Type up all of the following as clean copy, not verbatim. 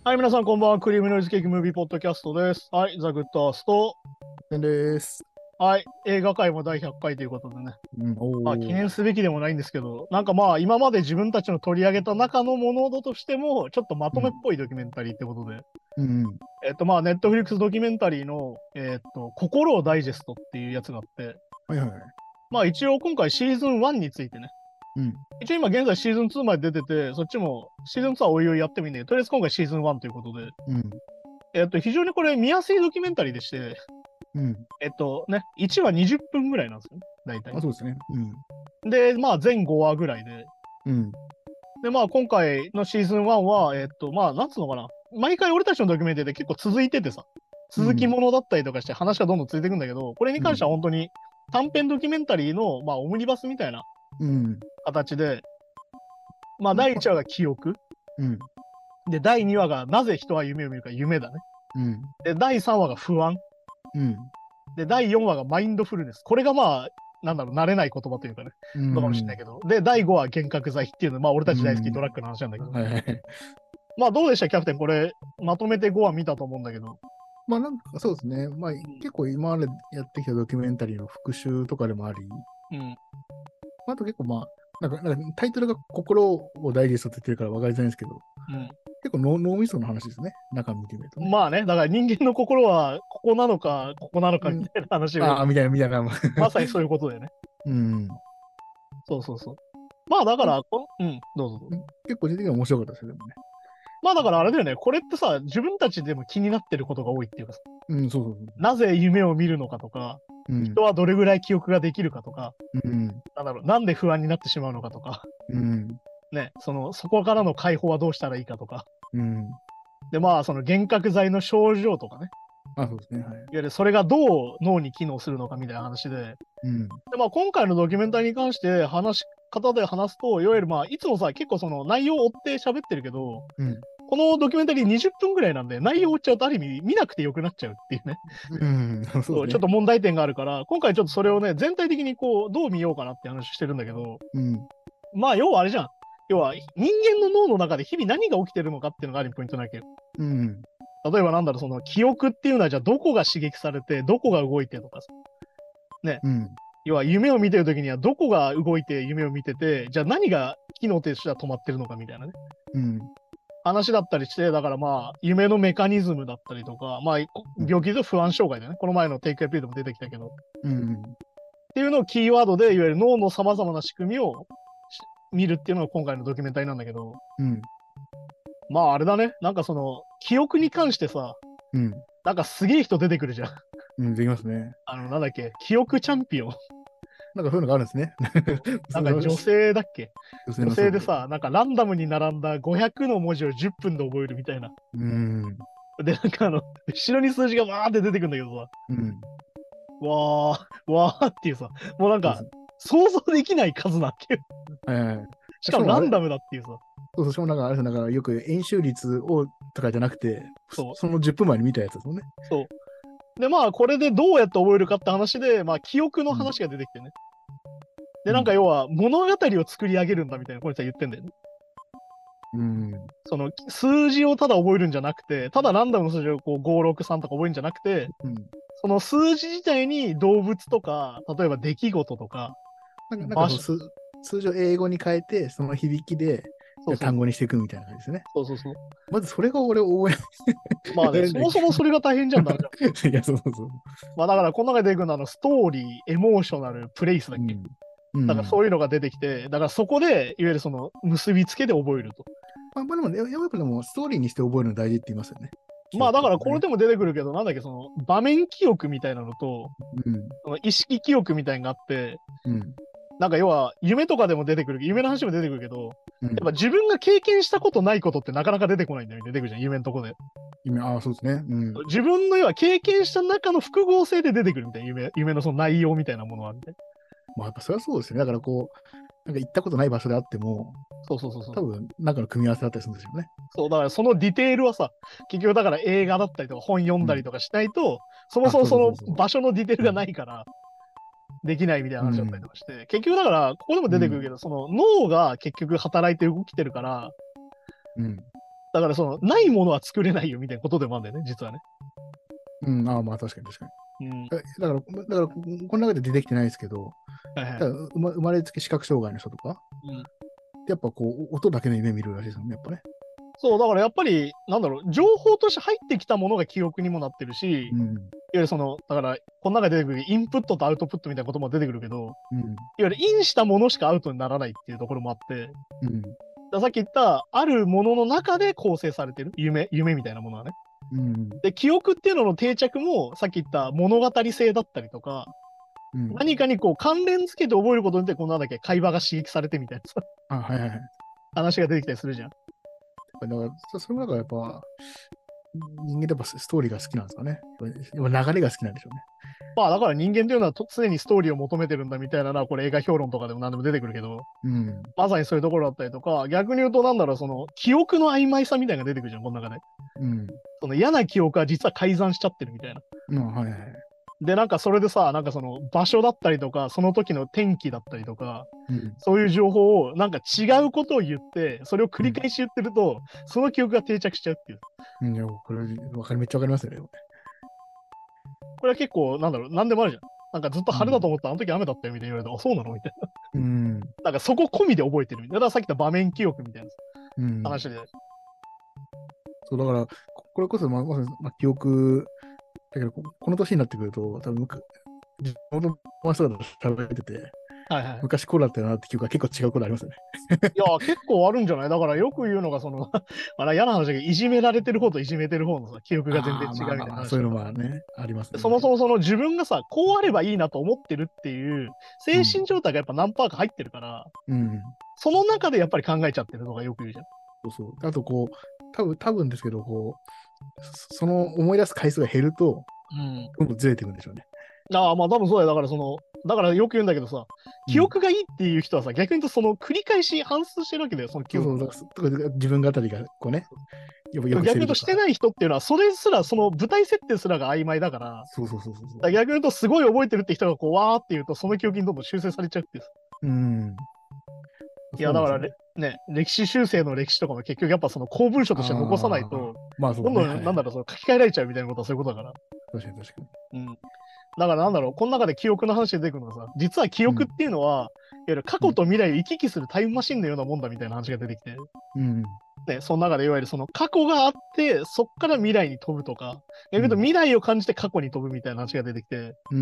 はい、皆さんこんばんは。クリームノイズケーキムービーポッドキャストです。はい、ザ・グッドアースト。 です。 はい、映画界も第100回ということでね。 うん、 まあ、記おー。 念すべきでもないんですけど、なんかまあ、今まで自分たちの取り上げた中のものとしても、ちょっとまとめっうん、 ぽいドキュメンタリーってことで、 うん、 まあ、ネットフリックスドキュメンタリーの、心をダイジェストっていうやつがあって、 はいはいはい。 まあ、一応今回シーズン1についてね、 うん、 一応今現在シーズン2まで出てて、そっちもシーズン2はおいおいやってもいいんで、とりあえず今回シーズン1ということで、 うん、 非常にこれ見やすいドキュメンタリーでして、 うん。 1話20分ぐらいなんですよね、大体。 あ、そうですね。うん、 で、まあ、全5話ぐらいで。 うん、 で、まあ、今回のシーズン1は、まあ、なんつうのかな。毎回俺たちのドキュメンタリーで結構続いててさ、続きうん、 ものだったりとかして話がどんどん続いていくんだけど、これに関してうん、 は本当に短編ドキュメンタリーの、まあ、オムニバスみたいなうん。 形で、まあ、 ま、 第ま、 1話が記憶。 うん、 で、第2話がなぜ人は夢を見るか夢だね。 うん、 で、第3話が不安。 うん、 で、第4話がマインドフルネス。これがまあ、なんだろう、慣れない言葉というかね、 うのかもしれなん、 いけど。で、第5話は幻覚剤っていうの、まあ、俺たち大好きうん。 ドラッグの話なんだけど。 はいはいはい。 まあ、どうでした、キャプテン。これ、まとめて5話見たと思うんだけど。 まあなんかそうですね。まあうん。 結構今までやってきたドキュメンタリーの復習とかでもあり、 うん。 あと結構まあ、なんかタイトルが心をダイジェストって言ってるから分かりづらいんですけど、 うん。 結構脳みその話ですね。中見てみるとね。 まあね、だから人間の心は、ここなのか、ここなのかうん。 みたいな話を、 ああ、みたいな、みたいな。 まさにそういうことだよね。 うん。 そうそうそう。まあ、だかまあ、 ら、うん、どうぞどうぞ。 結構個人的には面白かったですよ、でもね。 まあ、だからあれだよね。これってさ、自分たちでも気になってることが多いっていうかさ、 うん、そうそうそう。 なぜ夢を見るのかとか、 うん、 人はどれぐらい記憶ができるかとか、 うん、 なんだろう、なんで不安になってしまうのかとか、 うん、 ね、そこからの解放はどうしたらいいかとか、 うん。 で、まあ、その幻覚剤の症状とかね、 あ、そうですね。はい。 いわゆるそれがどう脳に機能するのかみたいな話で、 うん、 で、まあ、今回のドキュメンタリーに関して方で話すと、いわゆるまあ、いつもさ、結構その内容を追って喋ってるけど、 うん、 このドキュメンタリー20分ぐらいなんで、内容を追っちゃうとある意味見なくてよくなっちゃうっていうね、 うん、そうそうちょっとですね。 問題点があるから、今回ちょっとそれをね、全体的にこう、どう見ようかなって話してるんだけど、 うん、 まあ、要はあれじゃん。要は、人間の脳の中で日々何が起きてるのかっていうのがあるポイントなわけよ。 うん、 例えばなんだろう、その記憶っていうのはじゃあどこが刺激されて、どこが動いてとかさ、ね、 うん、 要は夢を見てるときにはどこが動いて夢を見てて、じゃあ何が機能としては止まってるのかみたいなね。 うん、 話だったりして、だからまあ、夢のメカニズムだったりとか、まあ、病気で不安障害だね。この前のテイクアピーでも出てきたけど、っうん、 ていうのをキーワードで、いわゆる脳の様々な仕組みを見るっていうのが今回のドキュメンタリーなんだけど、 うん、 まああれだね。なんかその、記憶に関してさ、 うん、 なんかすげえ人出てくるじゃん。 うん、できますね。 なんだっけ、記憶チャンピオン。 なんかそういうのがあるんですね。 なんか女その女性だっけ、女性の、そうそう。 性でさ、なんかランダムに並んだ500の文字を10分で覚えるみたいな。 うん、 で、なんか後ろに数字がわーって出てくるんだけどさ、 うん、 わー、わーっていうさ、もうなんか、 そうです。 想像できない数なっていう。 はいはいはい。 しかしかもあれ、 もランダムだっていうさ、 そうそう、しかもなんかあれですなんかよく円周率をとかじゃなくて、 そう、 その10分前に見たやつですもんね。 そう。で、まあ、これでどうやって覚えるかって話で、まあ、記憶のうん、 話が出てきてね。で、 うん、 なんか要は、物語を作り上げるんだみたいな、これさ言ってんだよね。 うん、 その、数字をただ覚えるんじゃなくて、ただランダムの数字をこう、5、6、3とか覚えるんじゃなくて、 うん。 その数字自体に動物とか、例えば出来事とか、 なんか場所、 数字を英語に変えて、その響きでそうそうそう。 単語にしていくみたいな感じですね。 そうそうそう。 まずそれが俺覚まあね、 えられない。 そもそもそれが大変じゃんだ。じゃあいや、そうそうそう。 まあだから、この中で出てくるのはストーリー、エモーショナル、プレイスだっけ、 うん。うだからそん。 ういうのが出てきて、だからそこで、いわゆるその結びつけで覚えると。 まあでもね、やっぱでもストーリーにして覚えるの大事って言いますよね。記まあだから憶とかね。 これでも出てくるけど、なんだっけ、その場面記憶みたいなのと、 うん。 その意識記憶みたいなのがあって、 うん。 なんか要は夢とかでも出てくる、夢の話も出てくるけど、 うん。 やっぱ自分が経験したことないことってなかなか出てこないんだよね、出てくるじゃん、夢のとこで。 ああ、そうですね。うん。 自分の要は経験した中の複合性で出てくるみたいな、夢のその内容みたいなものはみたいな。 まあやっぱそれはそうですよね。だからこう、なんか行ったことない場所であっても、 そうそうそうそう。 多分、なんかの組み合わせだったりするんですよね。 そう、だからそのディテールはさ、結局だから映画だったりとか本読んうん。 だりとかしないと、そもあ、 そもそそうそうそうその場所のディテールう。うがん。 ないから、できないみたいな話だったりとうん。 かして、結局だから、ここでもうん。 出てくるけど、その脳が結局働いて動きてるから、 うん。 だからその、ないものは作れないよみたいなことでもあるんだよね、実はね。 うん、ああ、まあ確かに確かに。 うん。 だから、この中で出てきてないですけど、 はいはい。 だから生まれつき視覚障害の人とか、 うん。 やっぱこう、音だけの夢見るらしいですもんね、やっぱね。 そう、だからやっぱり、なんだろう、情報として入ってきたものが記憶にもなってるし、いわうん、 ゆるその、だから、この中で出てくるインプットとアウトプットみたいなことも出てくるけど、 うん、 いわゆるインしたものしかアウトにならないっていうところもあって、 うん、 さっき言った、あるものの中で構成されてる夢みたいなものはね。 うん、 で、記憶っていうのの定着も、さっき言った物語性だったりとか、 うん。 何かにこう関連付けて覚えることによって、このなんだっけ、会話が刺激されてみたいなさあ、はいはいはい。 話が出てきたりするじゃん。 だから、それもだからやっぱ、人間ってやっぱストーリーが好きなんですかね。やっぱ流れが好きなんでしょうね。 まあだから人間というのは常にストーリーを求めてるんだみたいなのは、これ映画評論とかでも何でも出てくるけど、 うん、 まさにそういうところだったりとか、逆に言うとなんだろう、その記憶の曖昧さみたいなのが出てくるじゃん、この中で。 うん、 その嫌な記憶は実は改ざんしちゃってるみたいな。 うん、はいはい。 で、なんかそれでさ、なんかその場所だったりとか、その時の天気だったりとか、 うん、 そういう情報をなんか違うことを言って、それを繰うん、 り返し言ってると、その記憶が定着しちゃうっていう。 うん。いや、これ、めっちゃわかりますよね。 これは結構、なんだろう、なんでもあるじゃん。なんかずっとうん、 晴れだと思ったら、あの時雨だったよみたいに言われて、あ、そうなのみたいな。 うん、 なんかそこ込みで覚えてるみたいな。だからさっき言った場面記憶みたいなうん。 話で。 そう、だから、これこそ、まさに、記憶、だけど、この年になってくると、多分地元の友達とかと喋ってて、 はいはい。 昔こうだったよなって記憶が結構違うことありますよね。 いや、結構あるんじゃないだからよく言うのが、そのまあ嫌な話だけど、いじめられてる方といじめてる方のさ、記憶が全然ああ、 違うみたいなそういうの話だから。 はね、ありますね、 そも確かに。 そもその自分がさ、こうあればいいなと思ってるっていう精うん、 神状態がやっぱ何パーか入ってるから、 うん、 その中でやっぱり考えちゃってるのがよく言うじゃん。 そうそう。あと、こう、多分ですけど、こう、その思い出す回数が減ると、 うん。 どんどんずれていくんでしょうね。 ああ、まあ多分そうだよ。だからその、だからよく言うんだけどさ、 うん。 記憶がいいっていう人はさ、逆に言うとその繰り返し反芻してるわけだよ、その記そうそう、 憶が。 とか自分語りが、こうね、よくし逆に言うとしててるとか。 ない人っていうのは、それすら、その舞台設定すらが曖昧だから、 そうそうそうそうそう。 逆に言うとすごい覚えてるって人がこう、わーって言うと、その記憶にどんどん修正されちゃうっていう。 うん。 いや、だからそうなんですよね。 ね、歴史修正の歴史とかも結局やっぱその公文書として残さないああ、 と、 まあそうですね。 どんどん、 はいはい。 なんだろう、その書き換えられちゃうみたいなことはそういうことだから。 確かに確かに。 うん。だからなんだろう、この中で記憶の話で出てくるのがさ、実は記うん。 憶っていうのは、いわゆる過うん。 去と未来を行き来するタイムマシンのようなもんだみたいな話が出てきて、 うん。 ね、その中でいわゆるその過去があって、そっから未来に飛ぶとか、逆に言うとうん。 未来を感じて過去に飛ぶみたいな話が出てきて、 うん。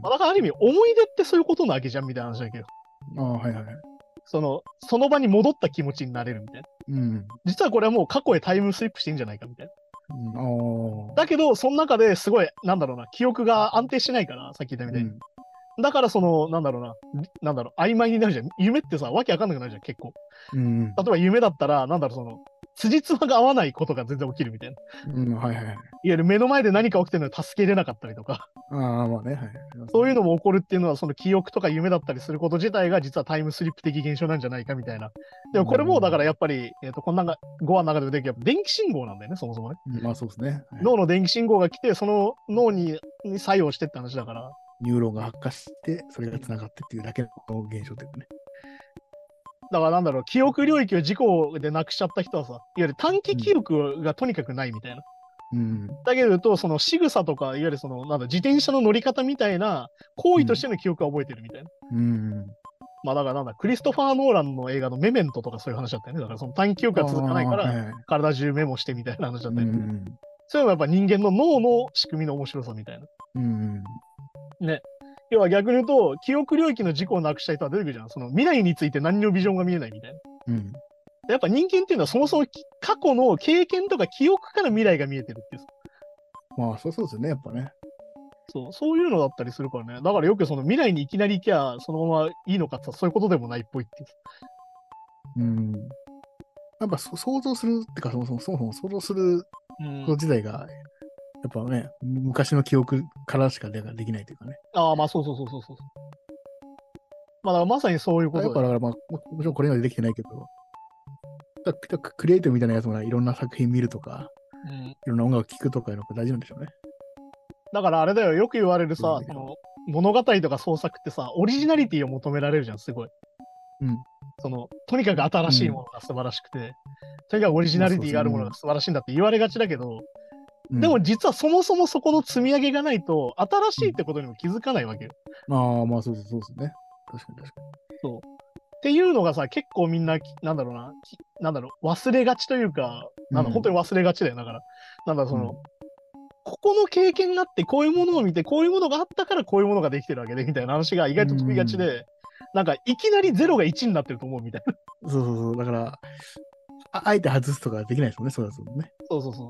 まあ、だからある意味思い出ってそういうことなわけじゃんみたいな話だけど、 ああ、はいはいはい。 その場に戻った気持ちになれるみたいな。 うん。 実はこれはもう過去へタイムスリップしていいんじゃないかみたいな。 うん。ああ。 だけど、その中ですごい、なんだろうな、記憶が安定しないから、さっき言ったみたいに。 うん。 だからその、なんだろうな、なんだろう、曖昧になるじゃん。夢ってさ、わけわかんなくなるじゃん、結構。 うん。 例えば夢だったら、なんだろう、その、辻褄が合わないことが全然起きるみたいな。いわうん。はいはいはい。 ゆる目の前で何か起きてるのに助けれなかったりとか、 ああ、まあね。はい。ありますね。 そういうのも起こるっていうのは、その記憶とか夢だったりすること自体が実はタイムスリップ的現象なんじゃないかみたいな。でもこれも、だからやっぱり、こんな5話の中でも出てきた電気信号なんだよね、そもそもね。 まあそうですね。はい。 脳の電気信号が来て、その脳に作用してって話だから。 ニューロンが発火して、それがつながってっていうだけの現象というかね。 だからなんだろう、記憶領域を事故でなくしちゃった人はさ、いわゆる短期記憶がとにかくないみたいな。 うん。 だけど、その仕草とか、いわゆるその、なんだ、自転車の乗り方みたいな行為としての記憶は覚えてるみたいな。 うん。 まあだからなんだ、クリストファー・ノーランの映画のメメントとかそういう話だったよね。だからその短期記憶あが続かないあ、 から、 はいはい。 体中メモしてみたいな話だっうたりとか。 ん。 そういうのがやっぱ人間の脳の仕組みの面白さみたいな。 うん。 ね。要は逆に言うと、記憶領域の事故をなくした人は出てくるじゃん。その未来について何のビジョンが見えないみたいな。 うん。 やっぱ人間っていうのはそもそも過去の経験とか記憶から未来が見えてるっていう。 まあ、そうですよね、やっぱね。 そういうのだったりするからね。だからよくその未来にいきなり行きゃそのままいいのかってそういうことでもないっぽいっていう。 うん。やっぱ想像するってか、そもそも想像することうん。 自体が、やっぱね、昔の記憶からしかできないというかね。 ああ、まあそう。まあだからまさにそういうことで。 やっぱだから、まあ、もちろんこれまでできてないけど、クリエイトみたいなやつもいろんな作品見るとか、 うん。 いろんな音楽聴くとかいうのが大事なんでしょうね。 だからあれだよ、よく言われるさ、 そういう意味では。 その物語とか創作ってさ、オリジナリティを求められるじゃん、すごい。 うん。 とにかく新しいもうん。 のが素晴らしくて。 とにかくオリジナリティがあるものまあが素晴らしいんだって言われがちだけど、 うんでも実はそもそもそこの積み上げがないと、新しいってことにも気づかないわけよ。 ああ、まあそうですね。確かに確かそう。っていうのがさ、結構みんな、なんだろうな、忘れがちというか、本当に忘れがちだよ。だから、 に。 ここの経験があって、こういうものを見て、こういうものがあったからこういうものができてるわけで、みたいな話が意外と飛びがちで、なんかいきなり0が1になってると思うみたいな。 そう。だから、あえて外すとかできないですもんね、そうですもんね。 そうそうそう。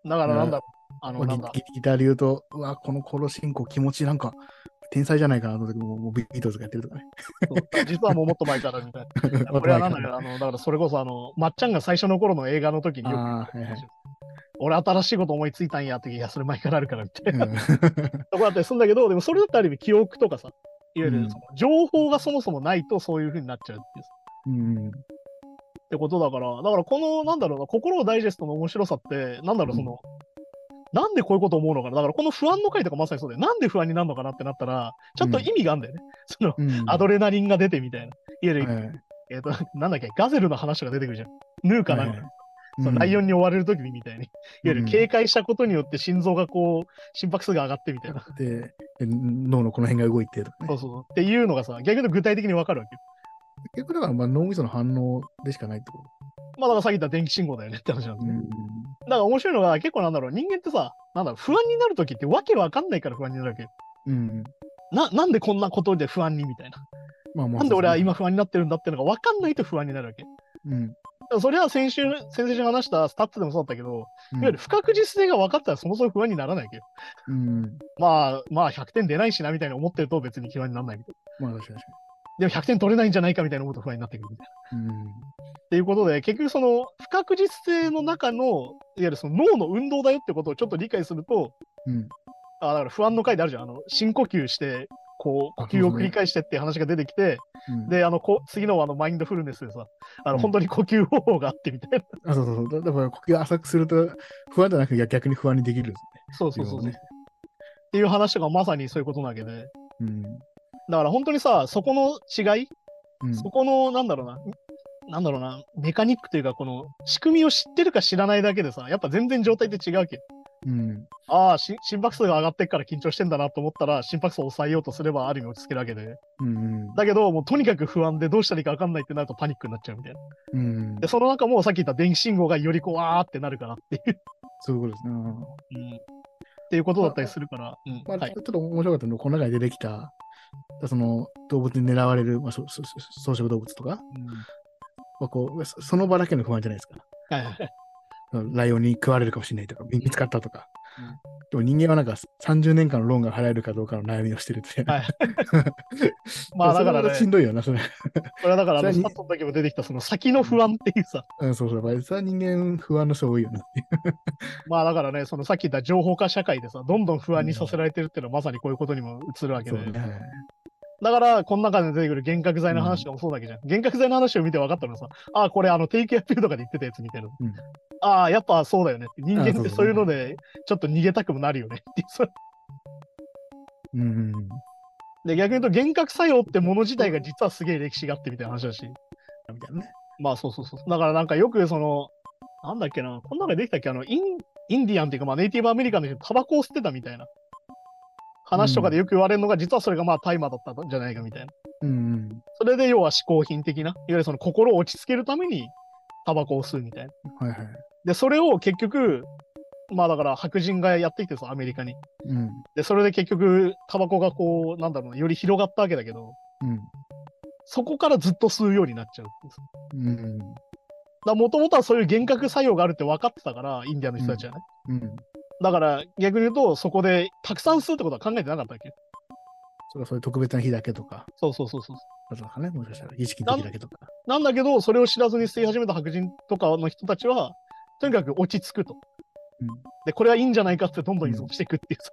だからなんだろう、 まあギターで言うと、うわ、このコロ進行気持ちなんか、天才じゃないかなと思って、もうビートルズがやってるとかね。 そう実はもうもっと前からみたいな。 もっことれは前からなんだけど、だからそれこそまっちゃんが最初の頃の映画の時によく言ってた話。俺新しいこと思いついたんやっていや、それ前からあるからみたいな。とこだったりするんだけど、でもそれだったらある意味記憶とかさ、いわゆるその情報がそもそもないとそういう風になっちゃうっていう。ってことだから、この、なんだろうな、心をダイジェストの面白さって、なんだろう、なんでこういうこと思うのかな。だからこの不安の回とかまさにそうで、なんで不安になるのかなってなったら、ちょっと意味があるんだよね。アドレナリンが出てみたいな。いわゆる、なんだっけ、ガゼルの話が出てくるじゃん。ヌーかなんか。ライオンに追われるときにみたいに。いわゆる警戒したことによって心臓が心拍数が上がってみたいな。 で、脳のこの辺が動いてとかね。 そう。っていうのがさ、逆に言うと具体的にわかるわけよ。 結局だからまあ脳みその反応でしかないってこまあだからさっき言った電気信号だよねって話なんと。 ですね。だから面白いのが結構人間ってさ、不安になるときってわけわかんないから不安になるわけよ。なんでこんなことで不安にみたいな。なんで俺は今不安になってるんだってのがわかんないと不安になるわけ。それは先々週話したスタッツでもそうだったけど、いわゆる不確実性が分かったらそもそも不安にならないわけど。まあ100点出ないしなみたいに思ってると別に不安にならないみたいな。 まあ確かに。 でも100点取れないんじゃないかみたいな思うと不安になってくるみたいな。っていうことで、結局その不確実性の中の、いわゆるその脳の運動だよってことをちょっと理解すると、だから不安の回であるじゃん。深呼吸して、呼吸を繰り返してっていう話が出てきて、で、次のマインドフルネスでさ、本当に呼吸方法があってみたいな。 そう。だから呼吸浅くすると不安じゃなくて逆に不安にできるんですね。そう。っていう話がまさにそういうことなわけで。だから本当にさ、そこの違い、そこの、なんだろうな、メカニックというか、この仕組みを知ってるか知らないだけでさ、やっぱ全然状態って違うわけ。ああ、心拍数が上がってっから緊張してんだなと思ったら、心拍数を抑えようとすればある意味落ち着けるわけで。だけど、もうとにかく不安でどうしたらいいか分かんないってなるとパニックになっちゃうみたいな。で、その中もさっき言った電気信号がよりわーってなるからっていう。 そういうことですね。 っていうことだったりするから。 ちょっと面白かったのは、この中に出てきた、その動物に狙われる、草食動物とか、その場だけの不安じゃないですか。ライオンに食われるかもしれないとか、見つかったとか。でも人間はなんか30年間のローンが払えるかどうかの悩みをしてるって。まあだからね。しんどいよな、それ。 これはだから、スタットの時も出てきた、その先の不安っていうさ。 そう。それは人間不安の人多いよな。 まあだからね、そのさっき言った情報化社会でさ、どんどん不安にさせられてるっていうのはまさにこういうことにも映るわけで。だから、この中で出てくる幻覚剤の話もそうだけじゃん。幻覚剤の話を見て分かったのはさ、これテイクアップとかで言ってたやつ見てる。やっぱそうだよねって。人間ってそういうので、ちょっと逃げたくもなるよねっていう。で、逆に言うと幻覚作用ってもの自体が実はすげえ歴史があってみたいな話だし。みたいなね。まあそう。だからなんかよくなんだっけな、こんなのできたっけインディアンっていうか、ネイティブアメリカンの人タバコを吸ってたみたいな話とかでよく言われるのが、実はそれが大麻だったんじゃないかみたいな。それで要は嗜好品的な、いわゆるその心を落ち着けるためにタバコを吸うみたいな。で、それを結局、だから白人がやってきてさ、アメリカに。で、それで結局、タバコがより広がったわけだけど、そこからずっと吸うようになっちゃうっていう。もともとはそういう幻覚作用があるって分かってたから、インディアンの人たちはね。だから逆に言うと、そこでたくさん吸うってことは考えてなかったわけ。 そういう特別な日だけとか。 そう。 だとかね、もしかしたら儀式の時だけとか。 なんだけど、それを知らずに吸い始めた白人とかの人たちは、とにかく落ち着くと。で、これはいいんじゃないかってどんどん依存していくっていうさ。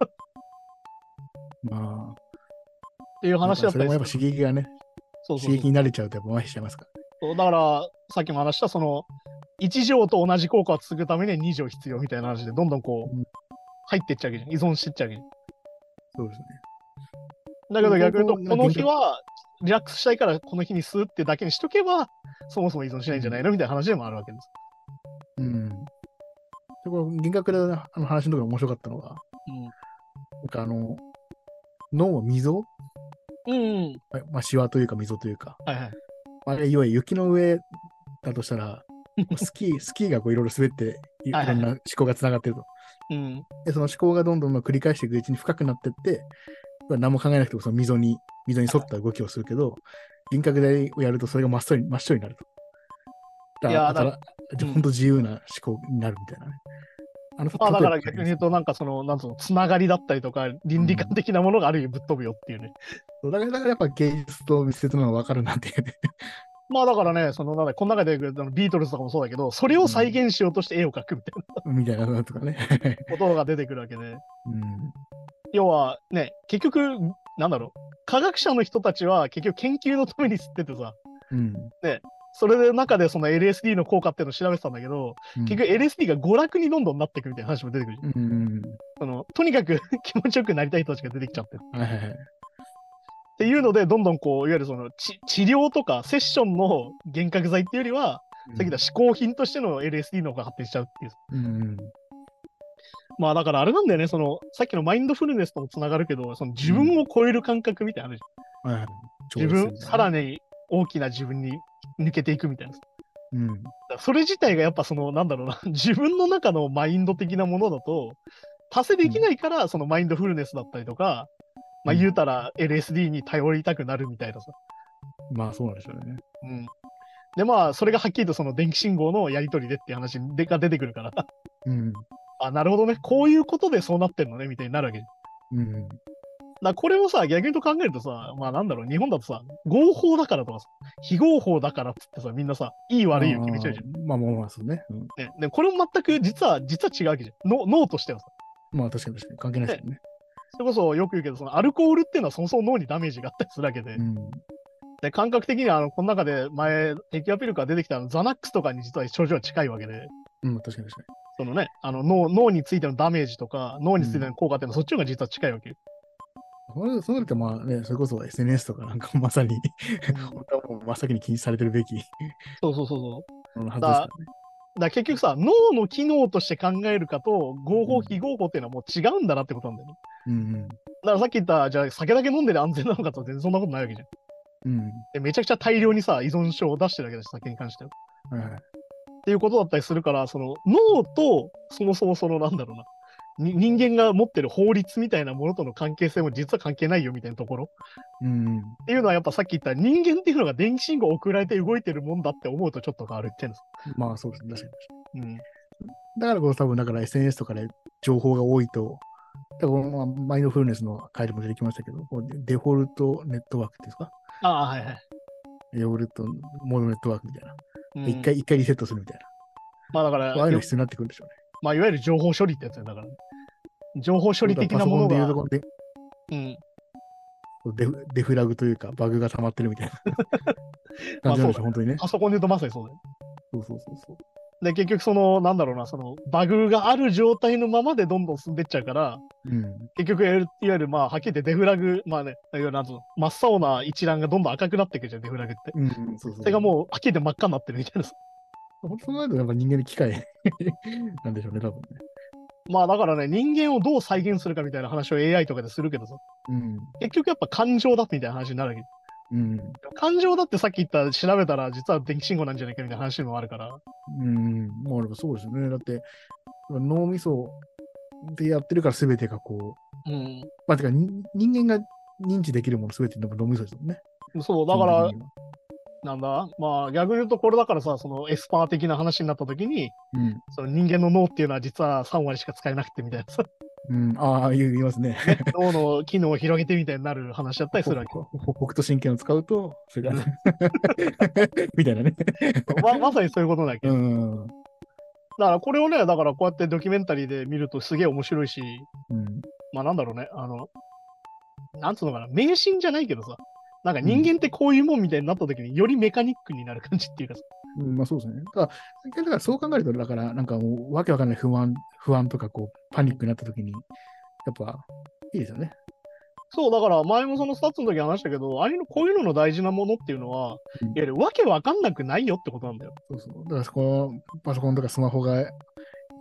っていう話だったりする。 それもやっぱ刺激がね、刺激に慣れちゃうとやっぱ麻痺しちゃいますから。 だから、さっきも話した1錠と同じ効果を続くためには2錠必要みたいな話で、どんどん入ってっちゃうわけじゃん。依存してっちゃうわけじゃん。 そうですね。 だけど逆に言うと、この日はリラックスしたいからこの日に吸うってだけにしとけば、そもそも依存しないんじゃないのみたいな話でもあるわけです。 幻覚で話のところ面白かったのが、なんか脳は溝、まあ、シワというか溝というか、 はいはい。 あれ、いわゆる雪の上だとしたら、スキーがこういろいろ滑って、いろんな思考がつながってると。で、その思考がどんどん繰り返していくうちに深くなっていって、何も考えなくてもその溝に沿った動きをするけど、幻覚でやるとそれが真っ白になると。だから、本当自由な思考になるみたいなね。 だから逆に言うと、なんかなんつうの、つながりだったりとか、倫理観的なものがある意味ぶっ飛ぶよっていうね。 だからやっぱ芸術と密接なのが分かるなっていうね。 まあだからね、この中でビートルズとかもそうだけど、それを再現しようとして絵を描くみたいな、 みたいなとかね。 ことが出てくるわけで。要はね、結局、なんだろう、科学者の人たちは結局研究のために吸っててさ、ね、それで中でその LSD の効果っていうのを調べてたんだけど、結局 LSD が娯楽にどんどんなっていくみたいな話も出てくる。とにかく気持ちよくなりたい人たちが出てきちゃってる。っていうので、どんどんこう、いわゆるその治療とかセッションの幻覚剤っていうよりは、さっき言った嗜好品としての LSD の方が発展しちゃうっていう。まあだからあれなんだよね、さっきのマインドフルネスともつながるけど、その自分を超える感覚みたいなのあるじゃん。自分、さらに大きな自分に抜けていくみたいな。それ自体がやっぱなんだろうな、自分の中のマインド的なものだと、達成できないから、そのマインドフルネスだったりとか、まあ言うたら LSD に頼りたくなるみたいなさ。 まあそうなんでしょうね。 でまあそれがはっきりとその電気信号のやり取りでっていう話が出てくるから。あ、なるほどね。こういうことでそうなってんのねみたいになるわけ。これをさ、逆にと考えるとさ、まあなんだろう、日本だとさ、合法だからとかさ、非合法だからっつってさ、みんなさ、いい悪いを決めちゃうじゃん。 まあそうね。 でこれも全く実は違うわけじゃん。脳としてはさ。 まあ確かに関係ないですよね。 それこそよく言うけど、そのアルコールっていうのはそもそも脳にダメージがあったりするわけで。で感覚的にはこの中で前、テキアピルカが出てきたザナックスとかに実は症状は近いわけで。 確かに。 そのね、脳についてのダメージとか、脳についての効果っていうのはそっちの方が実は近いわけよ。 そうなるとまあね、それこそ SNS とかなんかまさに本当はもう真っ先に禁止されてるべきそう。はずですからね。だ結局さ、脳の機能として考えるかと、合法、非合法っていうのはもう違うんだなってことなんだよね。だからさっき言った、じゃあ酒だけ飲んでる安全なのかと全然そんなことないわけじゃん。でめちゃくちゃ大量にさ、依存症を出してるわけだし、酒に関しては。っていうことだったりするから、その脳とそもそもなんだろうな、人間が持ってる法律みたいなものとの関係性も実は関係ないよみたいなところ。っていうのはやっぱさっき言った人間っていうのが電気信号を送られて動いてるもんだって思うとちょっと変わるってんです。 まあそうですね、確かに。だから多分SNS とかで情報が多いと、だからマインドフルネスの回でも出てきましたけど、デフォルトネットワークっていうんですか？ はいはい。 デフォルトモードネットワークみたいな。一回リセットするみたいな。 まあだから、 ああいうの必要になってくるんでしょうね。 まあいわゆる情報処理ってやつだから、情報処理的なものが。 デフラグというか、バグが溜まってるみたいな感じなんでしょ、本当にね。 パソコンで言うとまさにそうだよ。 そう。 で、結局なんだろうな、バグがある状態のままでどんどん進んでっちゃうから、結局、いわゆる、まあ、はっきり言ってデフラグ、まあね、いわゆる真っ青な一覧がどんどん赤くなっていくじゃん、デフラグって。それがもう、はっきり言って真っ赤になってるみたいな。 本当なると、やっぱ人間の機械なんでしょうね、多分ね。 まあだからね、人間をどう再現するかみたいな話を AI とかでするけどさ、結局やっぱ感情だみたいな話になるわけ。感情だってさっき言った調べたら実は電気信号なんじゃないかみたいな話もあるから。 まあそうですよね。だって脳みそでやってるから全てがこう、まあてか人間が認知できるもの全て脳みそですもんね。 そう、だから、なんだまあ逆に言うとこれだからさ、そのエスパー的な話になった時に、その人間の脳っていうのは実は3割しか使えなくてみたいなさ。 言いますね。 脳の機能を広げてみたいになる話だったりするわけ。 北斗神拳を使うと、それが、みたいなねまさにそういうことだけど。だからこれをね、だからこうやってドキュメンタリーで見るとすげえ面白いし、まあなんだろうね、なんつうのかな、迷信じゃないけどさ、なんか人間ってこういうもんみたいになった時によりメカニックになる感じっていうかさ。 まあそうですね。だからそう考えると、だからなんかもうわけわかんない不安とかこうパニックになった時に、やっぱいいですよね。 そう、だから前もそのスタッツの時話したけど、ああいうの、こういうのの大事なものっていうのは、いわゆるわけわかんなくないよってことなんだよ。 だからそこのパソコンとかスマホが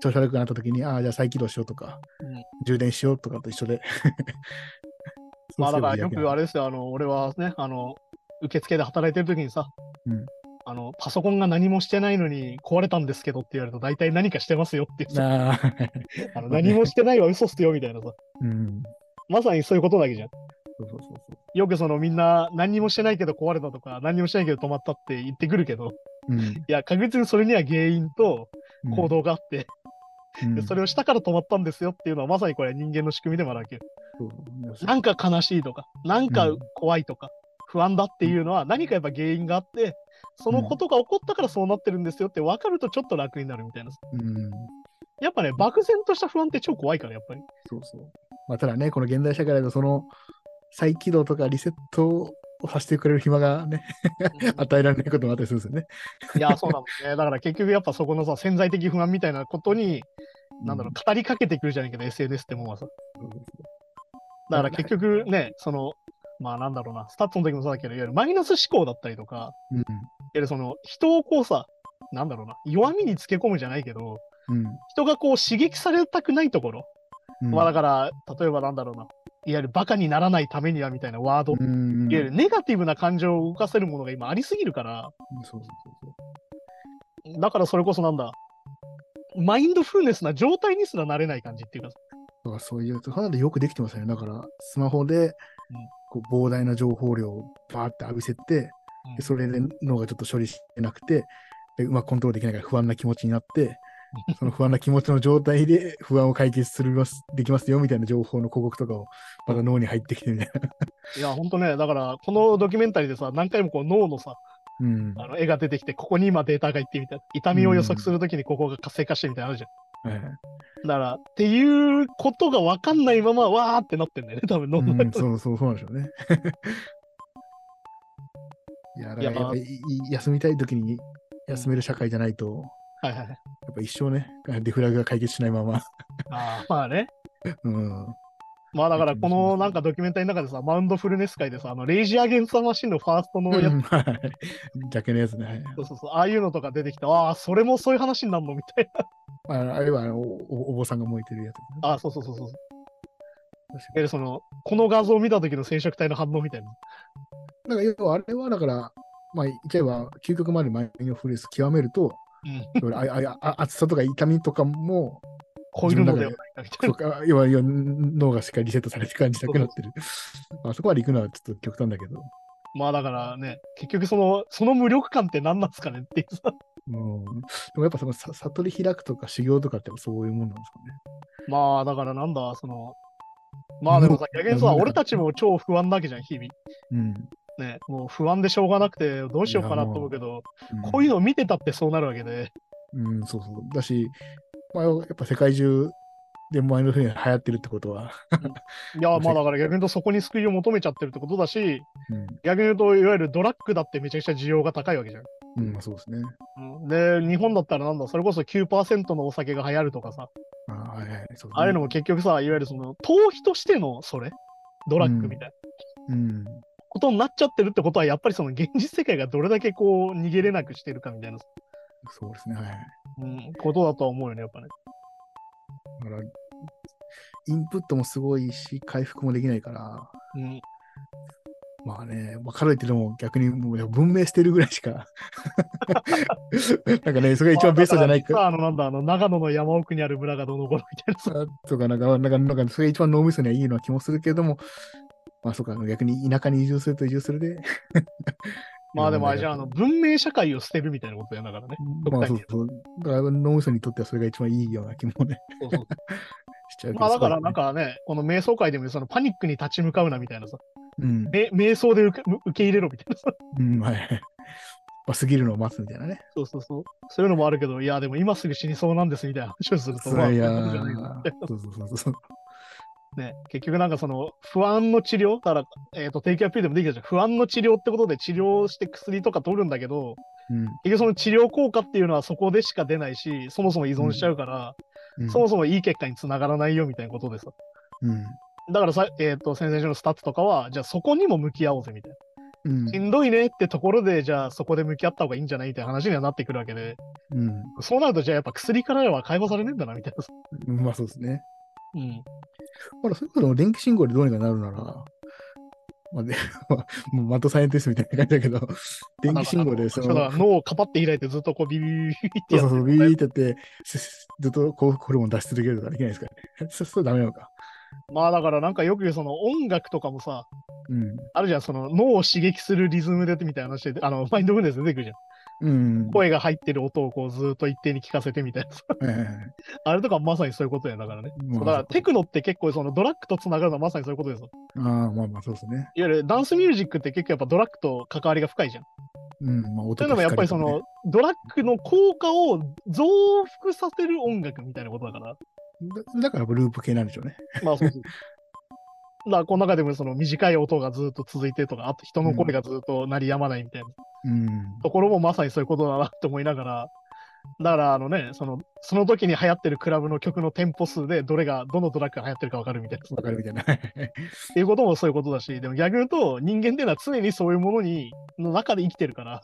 調子悪くなった時に、じゃあ再起動しようとか、充電しようとかと一緒で。 まあだからよくあれですよ、俺はね、受付で働いてる時にさ、パソコンが何もしてないのに壊れたんですけどって言われると大体何かしてますよっていうさ、何もしてないは嘘っすよみたいなさ、まさにそういうことだけじゃん。よくみんな何にもしてないけど壊れたとか、何にもしてないけど止まったって言ってくるけど、いや、確実にそれには原因と行動があって、でそれをしたから止まったんですよっていうのはまさにこれ人間の仕組みでもあるわけよ。なんか悲しいとか、なんか怖いとか、不安だっていうのは何かやっぱ原因があって、そのことが起こったからそうなってるんですよって分かるとちょっと楽になるみたいな。やっぱね、漠然とした不安って超怖いから、やっぱり。 ただね、この現代社会だとその再起動とかリセットをさせてくれる暇がね、与えられないこともあったりするんですよね。 いや、そうなんですね。だから結局やっぱそこのさ、潜在的不安みたいなことに、語りかけてくるじゃないけど、SNS ってもんはさ。だから結局ね、まあなんだろうな、スタッツの時もそうだけど、いわゆるマイナス思考だったりとか、いわゆる人をこうさ、なんだろうな、弱みにつけ込むじゃないけど、人がこう刺激されたくないところ、まあだから、例えばなんだろうな、いわゆるバカにならないためにはみたいなワード、いわゆるネガティブな感情を動かせるものが今ありすぎるから、だからそれこそなんだ、マインドフルネスな状態にすらなれない感じっていうか。 そういう、かなりよくできてますよね。だから、スマホで、こう膨大な情報量をバーって浴びせて、でそれで脳がちょっと処理してなくて、でうまくコントロールできないから不安な気持ちになって、その不安な気持ちの状態で不安を解決できますよみたいな情報の広告とかをまた脳に入ってきてみたいな。 いや、ほんとね、だからこのドキュメンタリーでさ、何回もこう脳のさ、絵が出てきて、ここに今データがいってみたいな。痛みを予測するときにここが活性化してみたいなのあるじゃん。だから、っていうことが分かんないまま、わーってなってんだよね、多分脳の中で。 そうなんでしょうね。いや、だからやっぱり休みたいときに休める社会じゃないと、やっぱ一生ね、デフラグが解決しないまま。 まあね。まあだからこのなんかドキュメンタリーの中でさ、マウンドフルネス界でさ、レイジー・アゲンスト・マシンのファーストのやつ、 ジャケのやつね。 ああいうのとか出てきた、それもそういう話になるのみたいな。あれはお坊さんが燃えてるやつ、 そう。この画像を見た時の染色体の反応みたいな。 なんか要はあれはだから、まあ言っちゃえば究極までマインドフルネス極めると、暑さとか痛みとかも、 超えるのではないかみたいな。 要は脳がしっかりリセットされて感じなくなってる。そこまで行くのはちょっと極端だけど。 まあだからね、結局その無力感って何なんですかねっていうさ。 でもやっぱ悟り開くとか修行とかってそういうもんなんですかね。 まあだからなんだ、まあでもさ、逆にさ、俺たちも超不安だけじゃん、日々。ね、もう不安でしょうがなくて、どうしようかなと思うけど、こういうのを見てたってそうなるわけで。 そう。だし、やっぱ世界中でマインドフルネス流行ってるってことは。 いや、まあだから逆に言うとそこに救いを求めちゃってるってことだし、逆に言うと、いわゆるドラッグだってめちゃくちゃ需要が高いわけじゃん。 そうですね。 で、日本だったらなんだ、それこそ 9% のお酒が流行るとかさ、ああいうのも結局さ、いわゆる逃避としてのドラッグみたいな。ことになっちゃってるってことは、やっぱり現実世界がどれだけこう逃げれなくしてるかみたいな。 そうですね。 ことだとは思うよね、やっぱね。 だから、インプットもすごいし、回復もできないから、まあね、かといってでも逆にもう文明してるぐらいしか。なんかね、それが一番ベストじゃないか。 長野の山奥にある村がどの頃みたいな。 とか、なんか、それが一番脳みそにはいいような気もするけれども、そうか、逆に田舎に移住すると移住するで。 まあでもあれじゃ文明社会を捨てるみたいなことやだからね。 そう。だから脳みそにとってはそれが一番いいような気もね。しちゃうけど。 まあだからなんかね、この瞑想界でもパニックに立ち向かうなみたいなさ。瞑想で受け入れろみたいなさ。 過ぎるのを待つみたいなね。 そういうのもあるけど、いや、でも今すぐ死にそうなんですみたいな話をすると、ね、結局なんか不安の治療だから、低気圧ピルでもできたじゃん。不安の治療ってことで治療して薬とか取るんだけど、結局その治療効果っていうのはそこでしか出ないし、そもそも依存しちゃうから、そもそもいい結果につながらないよみたいなことでさ。だから先々週のスタッツとかは、じゃあそこにも向き合おうぜみたいな。 しんどいねってところで、じゃあそこで向き合った方がいいんじゃないみたいな話にはなってくるわけで、そうなると、じゃあやっぱ薬からは解放されねえんだな、みたいな。 まあそうですね。 うん。 ほら、そういうことも電気信号でどうにかなるなら、まあね、もうマッドサイエンティストみたいな感じだけど、電気信号で脳をかぱって開いてずっとこうビビビビってやってビビビってやって、ずっと幸福ホルモン出し続けるとかできないですかね。そうダメなのか。 まあだからなんかよく言うその音楽とかもさ、あるじゃん、その脳を刺激するリズムでみたいな話で、マインドフルネスで出てくるじゃん。声が入ってる音をこうずっと一定に聞かせてみたいな。あれとかまさにそういうことやだからね。だからテクノって結構そのドラッグとつながるのはまさにそういうことですよ。 まあそうですね。 いわゆるダンスミュージックって結構やっぱドラッグと関わりが深いじゃん。 まあそういうのもやっぱりそのドラッグの効果を増幅させる音楽みたいなことだから。 だからループ系なんでしょうね。 まあそうそう。だからこの中でもその短い音がずっと続いてとか、あと人の声がずっと鳴りやまないみたいな、ところもまさにそういうことだなって思いながら、だからその時に流行ってるクラブの曲のテンポ数でどのドラッグが流行ってるか分かるみたいな。 分かるみたいな。 っていうこともそういうことだし、でも逆に言うと人間っていうのは常にそういうものの中で生きてるから。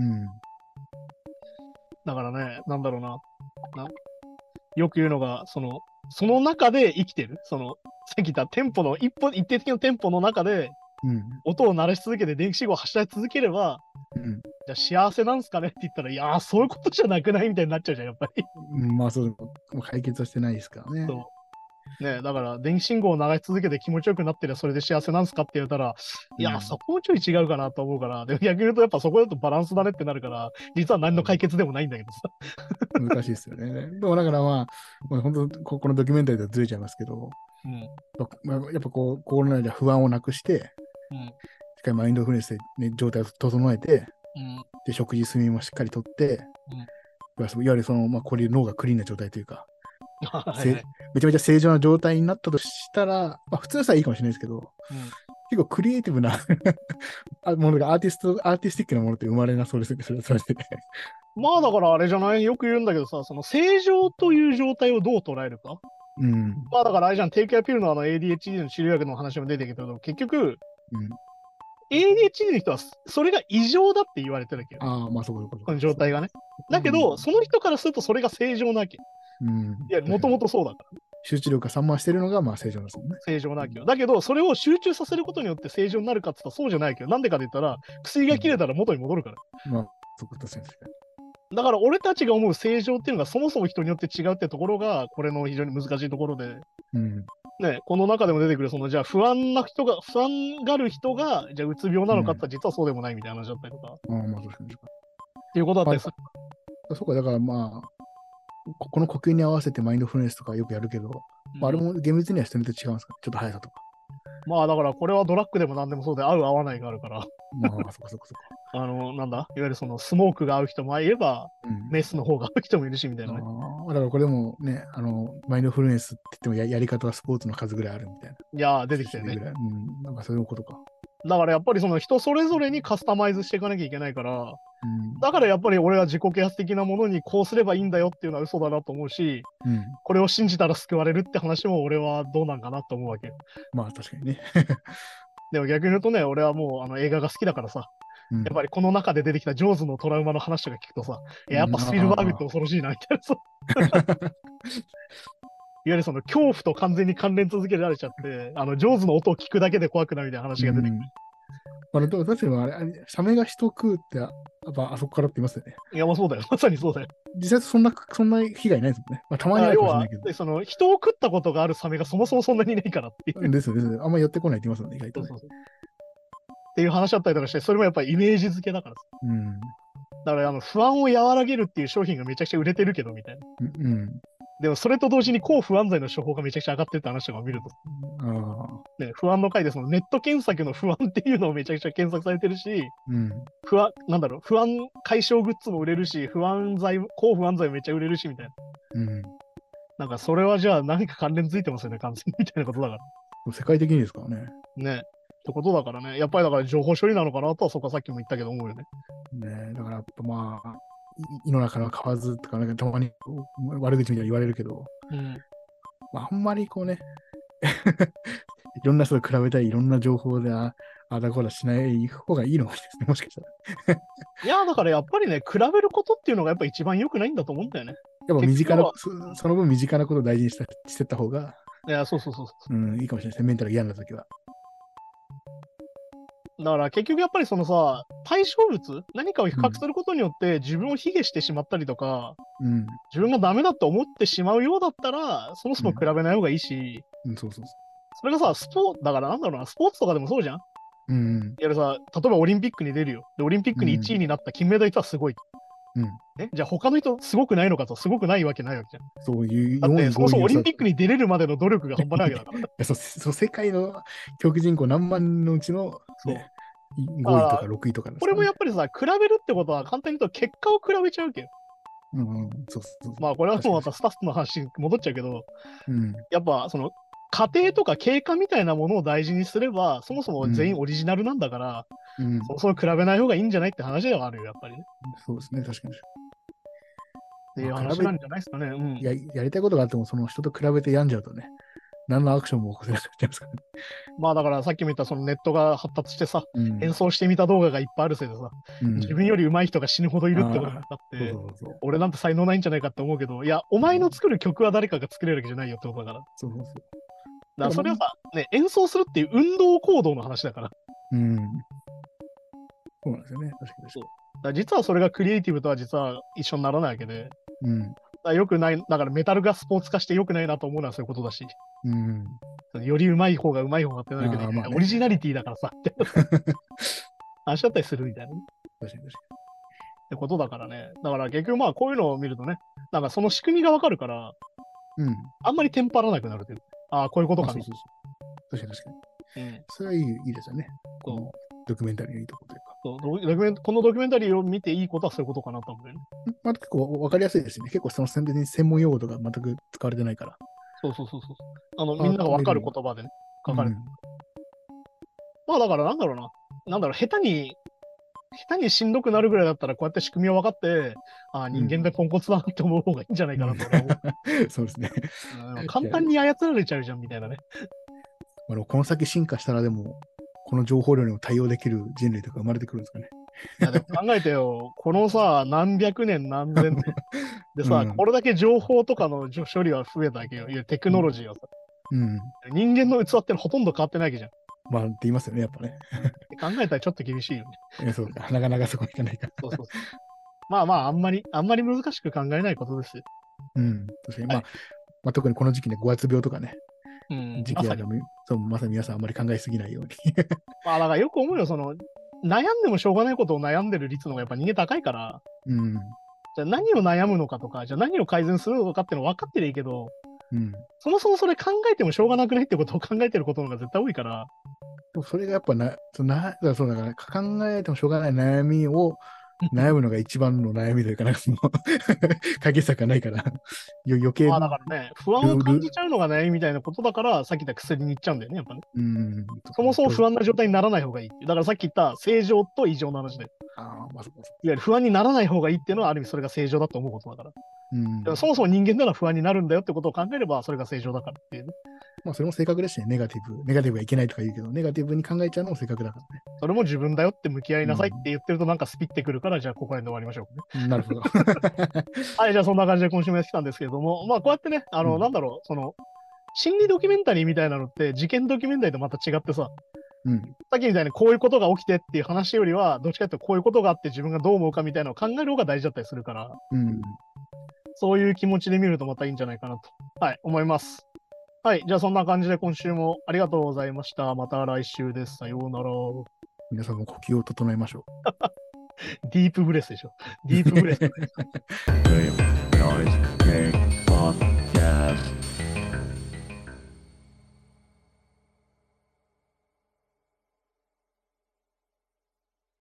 だからね、なんだろうな。よく言うのが、その中で生きてる。さっき言ったテンポの一定的なテンポの中で、音を鳴らし続けて電気信号を発射し続ければ、じゃあ幸せなんすかねって言ったら、いやー、そういうことじゃなくないみたいになっちゃうじゃん、やっぱり。 まあそう、もう解決はしてないですからね。 ね、だから電気信号を流し続けて気持ちよくなってりゃそれで幸せなんすかって言われたら、いや、そこもちょい違うかなと思うから、でも逆に言うとやっぱそこだとバランスだねってなるから、実は何の解決でもないんだけどさ。 難しいですよね。でもだからまあ、本当このドキュメンタリーとはずれちゃいますけど、やっぱこう、心の中で不安をなくして、しっかりマインドフルネスで、ね、状態を整えて、で食事、睡眠もしっかりとって、いわゆるこれ脳がクリーンな状態というか、めちゃめちゃ正常な状態になったとしたら、普通の人はいいかもしれないですけど、結構クリエイティブなものがアーティスティックなものって生まれなそうですね、それはまあだからあれじゃない、よく言うんだけどさ、その正常という状態をどう捉えるか。まあだからあれじゃん、低ケアピルのADHD の治療薬の話も出てきたけど、結局、ADHD の人はそれが異常だって言われてるわけよ。 まあそういうこと。 この状態がね。だけど、その人からするとそれが正常なわけ。いや、もともとそうだから。 集中力が散漫してるのがまあ正常ですもんね。 正常なわけよ。だけど、それを集中させることによって正常になるかって言ったらそうじゃないけど、なんでかって言ったら、薬が切れたら元に戻るから。 まあ、そういうことですね。 だから俺たちが思う正常っていうのがそもそも人によって違うってところが、これの非常に難しいところで、ね、この中でも出てくる、じゃあ不安がる人が、じゃあうつ病なのかって実はそうでもないみたいな話だったりとか。 まあ確かに。 っていうことだったりする。 そうか、だからまあ、この呼吸に合わせてマインドフルネスとかよくやるけど、あれも厳密には人によって違うんですか、ちょっと速さとか。 まあだからこれはドラッグでも何でもそうで合う合わないがあるから。 まあ、そこ。 なんだいわゆるスモークが合う人もいれば、メスの方が合う人もいるしみたいなね。 だからこれもね、マインドフルネスって言ってもやり方はスポーツの数ぐらいあるみたいな。 いや出てきたよね。 なんかそういうことか。 だからやっぱり人それぞれにカスタマイズしていかなきゃいけないから、だからやっぱり俺は自己啓発的なものにこうすればいいんだよっていうのは嘘だなと思うし、これを信じたら救われるって話も俺はどうなんかなと思うわけ。 まあ確かにね。 でも逆に言うとね、俺はもう映画が好きだからさ、やっぱりこの中で出てきたジョーズのトラウマの話とか聞くとさ、やっぱスピルバーグって恐ろしいなみたいなさ。いわゆる恐怖と完全に関連続けられちゃって、ジョーズの音を聞くだけで怖くなるみたいな話が出てくる。 確かにあれ、サメが人食うって、やっぱあそこからって言いますよね。 いや、まあそうだよ。まさにそうだよ。 実際そんな被害ないですもんね。たまにあるかもしれないけど。 要は、人を食ったことがあるサメがそもそもそんなにいないからっていう。 ですよ。あんま寄ってこないって言いますもんね、意外と、ね。そうっていう話だったりとかして、それもやっぱりイメージ付けだからさ。だから不安を和らげるっていう商品がめちゃくちゃ売れてるけどみたいな。でもそれと同時に抗不安剤の処方がめちゃくちゃ上がってるって話とかを見ると。不安の回でネット検索の不安っていうのをめちゃくちゃ検索されてるし、不安解消グッズも売れるし、抗不安剤めっちゃ売れるしみたいな。なんかそれはじゃあ何か関連ついてますよね、完全にみたいなことだから。 世界的にですからね。 ね。ってことだからね。やっぱりだから情報処理なのかなとはそこはさっきも言ったけど思うよね。 だからやっぱまあ、胃の中の蛙とか、たまに悪口みたいに言われるけど、あんまりこうね、 いろんな人と比べたり、いろんな情報で、あだこだしない方がいいのかもしれないですね、もしかしたら。 いや、だからやっぱりね、比べることっていうのがやっぱ一番良くないんだと思うんだよね。 やっぱ身近な、 結その分身近なことを大事にしてった方が、 いや、そうそうそう。 いいかもしれないですね、メンタル嫌な時は。 だから結局やっぱりそのさ、対象物、何かを比較することによって自分を卑下してしまったりとか、自分がダメだと思ってしまうようだったら、そもそも比べない方がいいし、 そうそうそれがさ、だからなんだろうな、スポーツとかでもそうじゃん。いわゆるさ、例えばオリンピックに出るよ。で、オリンピックに1位になった金メダリストはすごい。じゃあ他の人すごくないのかと、すごくないわけないわけじゃん。 そういうだってそもそもオリンピックに出れるまでの努力が半端ないわけだから。 そう世界の競技人口何万のうちの、ね、5位とか6位とか、 これもやっぱりさ、比べるってことは簡単に言うと結果を比べちゃうけど。まあこれはもうまたスタッフの話に戻っちゃうけど、やっぱその過程とか経過みたいなものを大事にすれば、そもそも全員オリジナルなんだから、そもそも比べない方がいいんじゃないって話ではあるよ、やっぱりね。 そうですね、確かに。 っていう話なんじゃないですかね。 やりたいことがあっても、その人と比べて病んじゃうとね、何のアクションも起こせなくなっちゃいますからね。 まあだからさっきも言ったそのネットが発達してさ、演奏してみた動画がいっぱいあるせいでさ、自分より上手い人が死ぬほどいるってことがあって、俺なんて才能ないんじゃないかって思うけど、いや、お前の作る曲は誰かが作れるわけじゃないよってことだから。 そう。 だからそれはさ、ね、演奏するっていう運動行動の話だから。 そうなんですよね。確かに。 そう。だ実はそれがクリエイティブとは実は一緒にならないわけで。よくない、だからメタルがスポーツ化してよくないなと思うのはそういうことだし。より上手い方が上手い方がってなるけど、オリジナリティだからさ、話だったりするみたいなね。 確かに。 ってことだからね。だから結局まあこういうのを見るとね、なんかその仕組みがわかるから、あんまりテンパらなくなるという。ああ、こういうことかみたいな。 確かに。それはいいですよね。このドキュメンタリーのいいところというか。 このドキュメンタリーを見ていいことはそういうことかなと思うよね。 まあ結構わかりやすいですね。結構その専門用語とか全く使われてないから。 そう。みんながわかる言葉でね、書かれてる。まあだからなんだろう、下手にしんどくなるぐらいだったらこうやって仕組みを分かって、人間でポンコツだなって思う方がいいんじゃないかなと思う。 そうですね。 簡単に操られちゃうじゃんみたいなね。 この先進化したらでも、この情報量にも対応できる人類とか生まれてくるんですかね。 いやでも考えてよ、このさ、何百年何千年でさ、これだけ情報とかの処理は増えたわけよ。いや、テクノロジーはさ。人間の器ってほとんど変わってないわけじゃん。 まあ、って言いますよね、やっぱね。 考えたらちょっと厳しいよね。 そうか、なかなかそこいかないか。 まあ、あんまり難しく考えないことですよ。 確かに、まあ、特にこの時期ね、5月病とかね、時期だからまさに皆さんあんまり考えすぎないように。 まあ、だからよく思うよ、悩んでもしょうがないことを悩んでる率の方がやっぱ人間高いから、じゃあ何を悩むのかとか、じゃあ何を改善するのかっていうの分かってりゃいいけど、そもそもそれ考えてもしょうがなくないってことを考えてることの方が絶対多いから。 それがやっぱそうだから考えてもしょうがない悩みを悩むのが一番の悩みというか、影さがないから、余計。 だからね、不安を感じちゃうのが悩みみたいなことだから、さっき言った薬に行っちゃうんだよね、やっぱね。そもそも不安な状態にならない方がいい。だからさっき言った正常と異常の話で。いわゆる不安にならない方がいいっていうのは、ある意味それが正常だと思うことだから。そもそも人間なら不安になるんだよってことを考えれば、それが正常だからっていうね。 まあ、それも正確ですしね、ネガティブがいけないとか言うけど、ネガティブに考えちゃうのも正確だからね。 それも自分だよって向き合いなさいって言ってるとなんかスピってくるから、じゃあここら辺で終わりましょうね。なるほど。 はい、じゃあそんな感じで今週もやってきたんですけれども、まあこうやってね、なんだろう、心理ドキュメンタリーみたいなのって事件ドキュメンタリーとまた違ってさ、さっきみたいにこういうことが起きてっていう話よりは、どっちかというとこういうことがあって自分がどう思うかみたいなのを考える方が大事だったりするから、そういう気持ちで見るとまたいいんじゃないかなと、はい、思います。はい。じゃあそんな感じで今週もありがとうございました。また来週です。さようなら。 皆さんも呼吸を整えましょう。ディープブレスでしょ。ディープブレス。